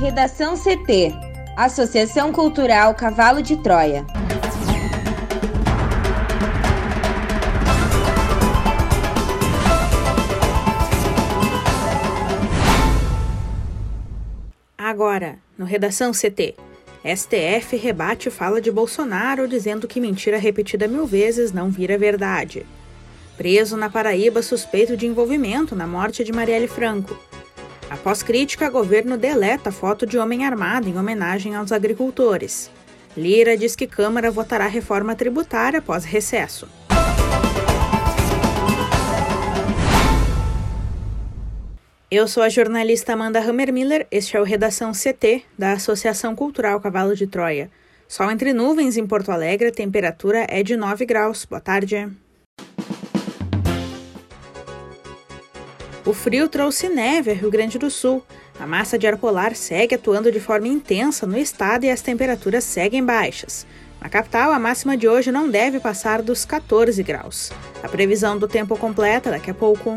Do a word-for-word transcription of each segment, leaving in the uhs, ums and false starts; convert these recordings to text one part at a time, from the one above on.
Redação C T, Associação Cultural Cavalo de Troia. Agora, no Redação C T, S T F rebate fala de Bolsonaro dizendo que mentira repetida mil vezes não vira verdade. Preso na Paraíba suspeito de envolvimento na morte de Marielle Franco. Após crítica, governo deleta foto de homem armado em homenagem aos agricultores. Lira diz que Câmara votará reforma tributária após recesso. Eu sou a jornalista Amanda Hammermiller, este é o Redação C T, da Associação Cultural Cavalo de Troia. Sol entre nuvens em Porto Alegre, a temperatura é de nove graus. Boa tarde. O frio trouxe neve a Rio Grande do Sul. A massa de ar polar segue atuando de forma intensa no estado e as temperaturas seguem baixas. Na capital, a máxima de hoje não deve passar dos catorze graus. A previsão do tempo completa daqui a pouco.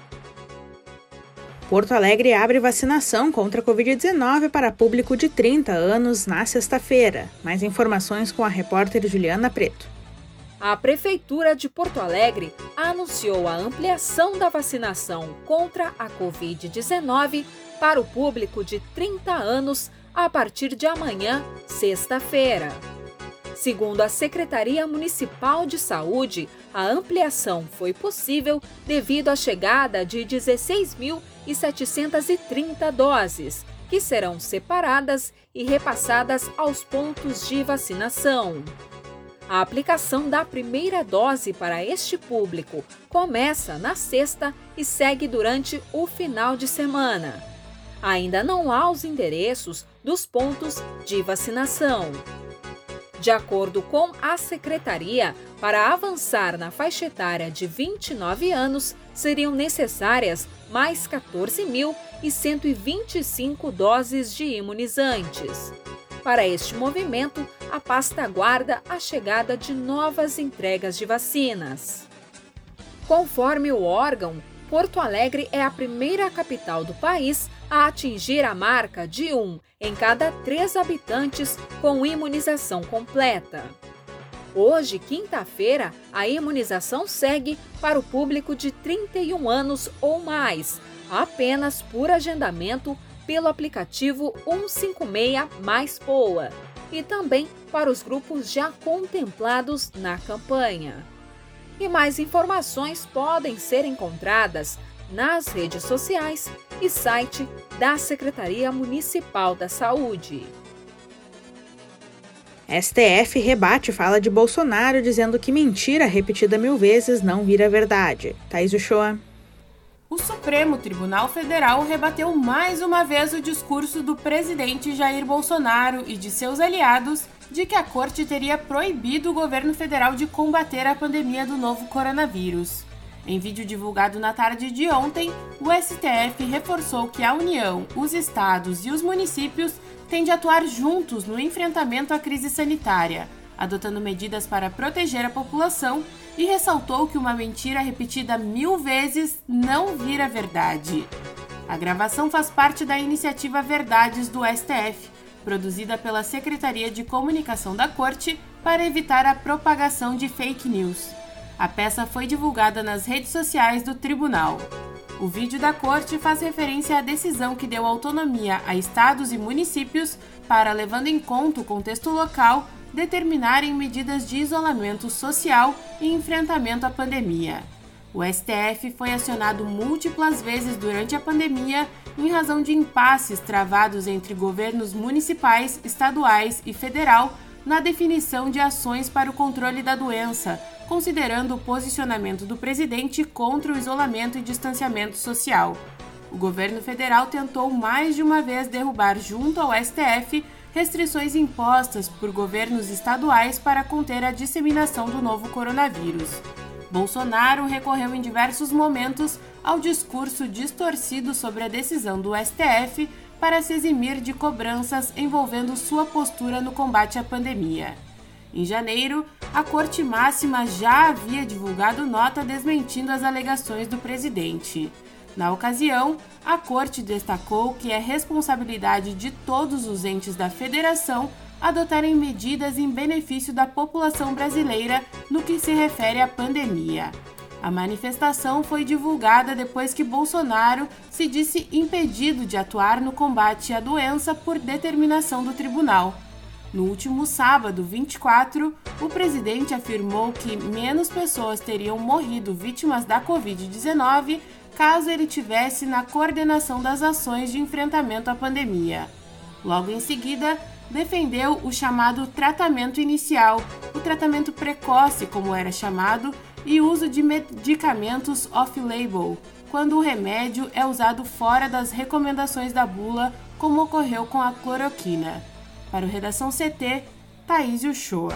Porto Alegre abre vacinação contra a covid dezenove para público de trinta anos na sexta-feira. Mais informações com a repórter Juliana Preto. A Prefeitura de Porto Alegre anunciou a ampliação da vacinação contra a covid dezenove para o público de trinta anos a partir de amanhã, sexta-feira. Segundo a Secretaria Municipal de Saúde, a ampliação foi possível devido à chegada de dezesseis mil setecentas e trinta doses, que serão separadas e repassadas aos pontos de vacinação. A aplicação da primeira dose para este público começa na sexta e segue durante o final de semana. Ainda não há os endereços dos pontos de vacinação. De acordo com a Secretaria, para avançar na faixa etária de vinte e nove anos, seriam necessárias mais quatorze mil cento e vinte e cinco doses de imunizantes. Para este movimento, a pasta aguarda a chegada de novas entregas de vacinas. Conforme o órgão, Porto Alegre é a primeira capital do país a atingir a marca de um em cada três habitantes com imunização completa. Hoje, quinta-feira, a imunização segue para o público de trinta e um anos ou mais, apenas por agendamento pelo aplicativo cento e cinquenta e seis mais P O A e também para os grupos já contemplados na campanha. E mais informações podem ser encontradas nas redes sociais e site da Secretaria Municipal da Saúde. S T F rebate fala de Bolsonaro dizendo que mentira repetida mil vezes não vira verdade. Thaís Uchoa. O Supremo Tribunal Federal rebateu mais uma vez o discurso do presidente Jair Bolsonaro e de seus aliados de que a corte teria proibido o governo federal de combater a pandemia do novo coronavírus. Em vídeo divulgado na tarde de ontem, o S T F reforçou que a União, os estados e os municípios têm de atuar juntos no enfrentamento à crise sanitária, adotando medidas para proteger a população, e ressaltou que uma mentira repetida mil vezes não vira verdade. A gravação faz parte da iniciativa Verdades do S T F, produzida pela Secretaria de Comunicação da Corte para evitar a propagação de fake news. A peça foi divulgada nas redes sociais do tribunal. O vídeo da Corte faz referência à decisão que deu autonomia a estados e municípios para, levando em conta o contexto local, determinarem medidas de isolamento social e enfrentamento à pandemia. O S T F foi acionado múltiplas vezes durante a pandemia em razão de impasses travados entre governos municipais, estaduais e federal na definição de ações para o controle da doença, considerando o posicionamento do presidente contra o isolamento e distanciamento social. O governo federal tentou mais de uma vez derrubar junto ao S T F restrições impostas por governos estaduais para conter a disseminação do novo coronavírus. Bolsonaro recorreu em diversos momentos ao discurso distorcido sobre a decisão do S T F para se eximir de cobranças envolvendo sua postura no combate à pandemia. Em janeiro, a Corte Máxima já havia divulgado nota desmentindo as alegações do presidente. Na ocasião, a Corte destacou que é responsabilidade de todos os entes da Federação adotarem medidas em benefício da população brasileira no que se refere à pandemia. A manifestação foi divulgada depois que Bolsonaro se disse impedido de atuar no combate à doença por determinação do tribunal. No último sábado, vinte e quatro, o presidente afirmou que menos pessoas teriam morrido vítimas da covid dezenove caso ele tivesse na coordenação das ações de enfrentamento à pandemia. Logo em seguida, defendeu o chamado tratamento inicial, o tratamento precoce, como era chamado, e uso de medicamentos off-label, quando o remédio é usado fora das recomendações da bula, como ocorreu com a cloroquina. Para o Redação C T, Thaís Uchoa.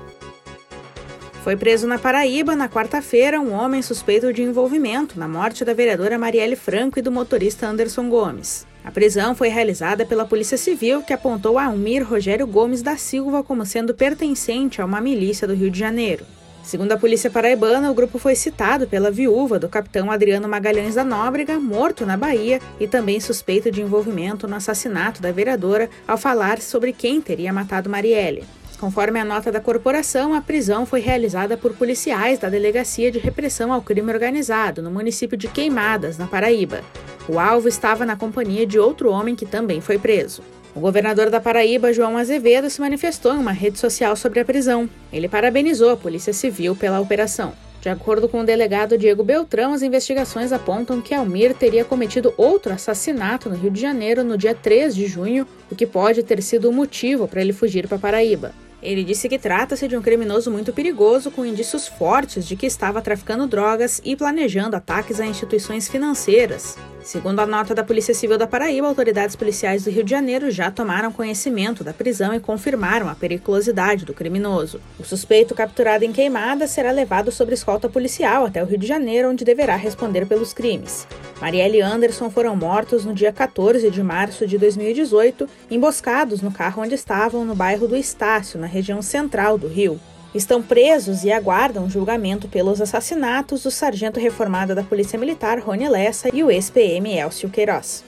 Foi preso na Paraíba, na quarta-feira, um homem suspeito de envolvimento na morte da vereadora Marielle Franco e do motorista Anderson Gomes. A prisão foi realizada pela Polícia Civil, que apontou Almir Rogério Gomes da Silva como sendo pertencente a uma milícia do Rio de Janeiro. Segundo a polícia paraibana, o grupo foi citado pela viúva do capitão Adriano Magalhães da Nóbrega, morto na Bahia, e também suspeito de envolvimento no assassinato da vereadora ao falar sobre quem teria matado Marielle. Conforme a nota da corporação, a prisão foi realizada por policiais da Delegacia de Repressão ao Crime Organizado, no município de Queimadas, na Paraíba. O alvo estava na companhia de outro homem que também foi preso. O governador da Paraíba, João Azevedo, se manifestou em uma rede social sobre a prisão. Ele parabenizou a Polícia Civil pela operação. De acordo com o delegado Diego Beltrão, as investigações apontam que Almir teria cometido outro assassinato no Rio de Janeiro no dia três de junho, o que pode ter sido o motivo para ele fugir para a Paraíba. Ele disse que trata-se de um criminoso muito perigoso, com indícios fortes de que estava traficando drogas e planejando ataques a instituições financeiras. Segundo a nota da Polícia Civil da Paraíba, autoridades policiais do Rio de Janeiro já tomaram conhecimento da prisão e confirmaram a periculosidade do criminoso. O suspeito capturado em Queimadas será levado sob escolta policial até o Rio de Janeiro, onde deverá responder pelos crimes. Marielle e Anderson foram mortos no dia quatorze de março de dois mil e dezoito, emboscados no carro onde estavam no bairro do Estácio, na região central do Rio. Estão presos e aguardam julgamento pelos assassinatos do sargento reformado da Polícia Militar, Rony Lessa, e o ex-P M Elcio Queiroz.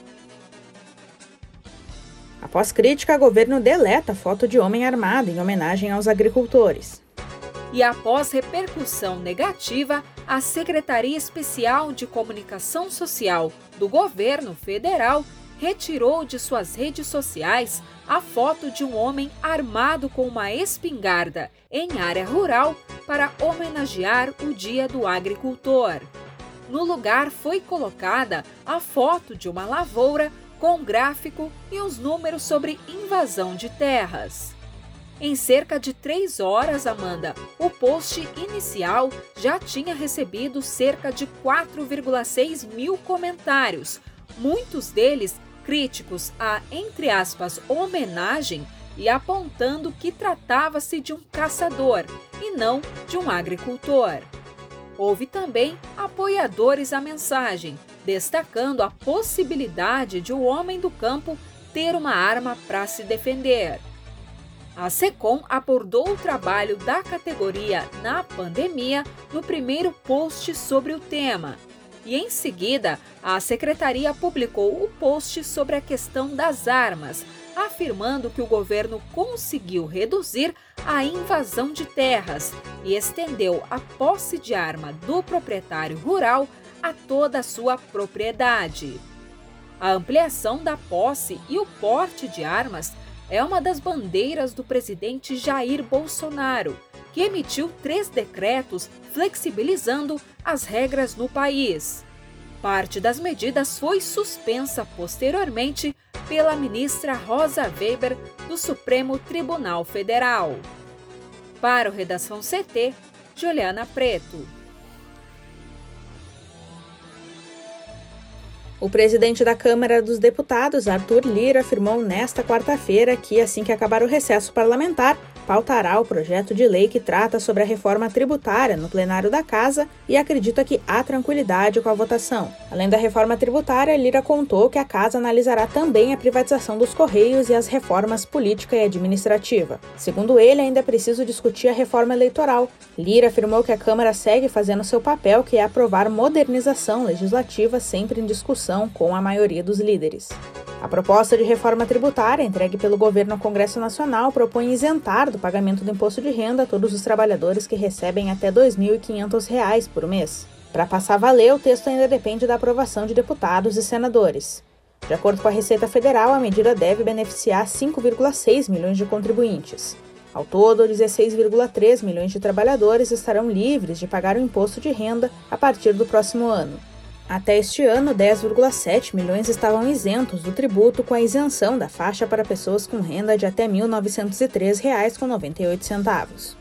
Após crítica, o governo deleta foto de homem armado em homenagem aos agricultores. E após repercussão negativa, a Secretaria Especial de Comunicação Social do Governo Federal retirou de suas redes sociais a foto de um homem armado com uma espingarda em área rural para homenagear o Dia do Agricultor. No lugar foi colocada a foto de uma lavoura com gráfico e os números sobre invasão de terras. Em cerca de três horas, Amanda, o post inicial já tinha recebido cerca de quatro vírgula seis mil comentários, muitos deles críticos à, entre aspas, homenagem e apontando que tratava-se de um caçador e não de um agricultor. Houve também apoiadores à mensagem, destacando a possibilidade de o homem do campo ter uma arma para se defender. A SECOM abordou o trabalho da categoria na pandemia no primeiro post sobre o tema. E, em seguida, a Secretaria publicou o post sobre a questão das armas, afirmando que o governo conseguiu reduzir a invasão de terras e estendeu a posse de arma do proprietário rural a toda a sua propriedade. A ampliação da posse e o porte de armas é uma das bandeiras do presidente Jair Bolsonaro, que emitiu três decretos flexibilizando as regras no país. Parte das medidas foi suspensa posteriormente pela ministra Rosa Weber, do Supremo Tribunal Federal. Para o Redação C T, Juliana Preto. O presidente da Câmara dos Deputados, Arthur Lira, afirmou nesta quarta-feira que, assim que acabar o recesso parlamentar, pautará o projeto de lei que trata sobre a reforma tributária no plenário da Casa e acredita que há tranquilidade com a votação. Além da reforma tributária, Lira contou que a Casa analisará também a privatização dos Correios e as reformas política e administrativa. Segundo ele, ainda é preciso discutir a reforma eleitoral. Lira afirmou que a Câmara segue fazendo seu papel, que é aprovar modernização legislativa sempre em discussão com a maioria dos líderes. A proposta de reforma tributária, entregue pelo governo ao Congresso Nacional, propõe isentar do pagamento do imposto de renda todos os trabalhadores que recebem até dois mil e quinhentos reais por mês. Para passar a valer, o texto ainda depende da aprovação de deputados e senadores. De acordo com a Receita Federal, a medida deve beneficiar cinco vírgula seis milhões de contribuintes. Ao todo, dezesseis vírgula três milhões de trabalhadores estarão livres de pagar o imposto de renda a partir do próximo ano. Até este ano, dez vírgula sete milhões estavam isentos do tributo, com a isenção da faixa para pessoas com renda de até mil novecentos e três reais e noventa e oito centavos.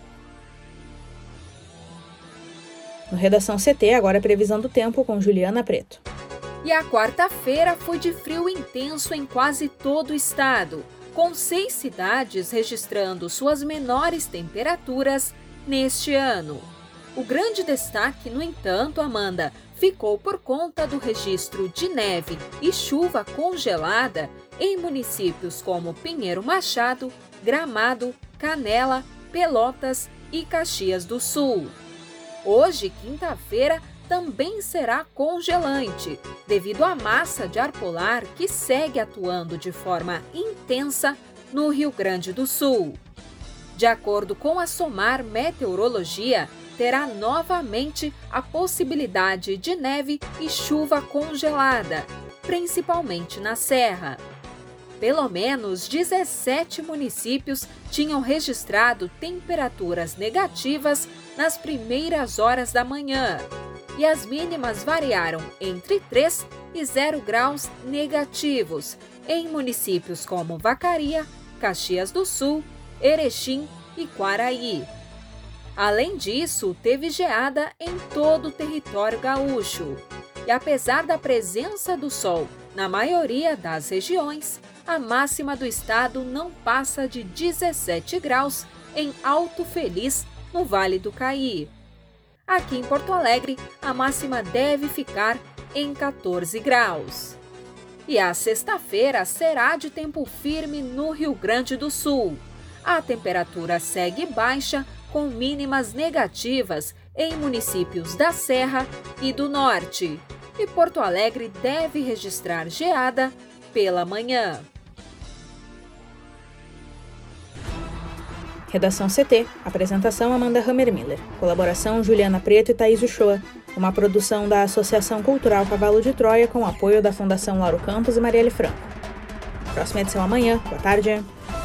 No Redação C T, agora a previsão do tempo com Juliana Preto. E a quarta-feira foi de frio intenso em quase todo o estado, com seis cidades registrando suas menores temperaturas neste ano. O grande destaque, no entanto, Amanda, ficou por conta do registro de neve e chuva congelada em municípios como Pinheiro Machado, Gramado, Canela, Pelotas e Caxias do Sul. Hoje, quinta-feira, também será congelante, devido à massa de ar polar que segue atuando de forma intensa no Rio Grande do Sul. De acordo com a SOMAR Meteorologia, terá novamente a possibilidade de neve e chuva congelada, principalmente na Serra. Pelo menos dezessete municípios tinham registrado temperaturas negativas nas primeiras horas da manhã, e as mínimas variaram entre três e zero graus negativos em municípios como Vacaria, Caxias do Sul, Erechim e Quaraí. Além disso, teve geada em todo o território gaúcho. E apesar da presença do sol na maioria das regiões, a máxima do estado não passa de dezessete graus em Alto Feliz, no Vale do Caí. Aqui em Porto Alegre, a máxima deve ficar em quatorze graus. E a sexta-feira será de tempo firme no Rio Grande do Sul. A temperatura segue baixa, com mínimas negativas em municípios da Serra e do Norte. E Porto Alegre deve registrar geada pela manhã. Redação C T. Apresentação Amanda Hammermiller. Colaboração Juliana Preto e Thaís Uchoa. Uma produção da Associação Cultural Cavalo de Troia com apoio da Fundação Lauro Campos e Marielle Franco. Próxima edição amanhã. Boa tarde.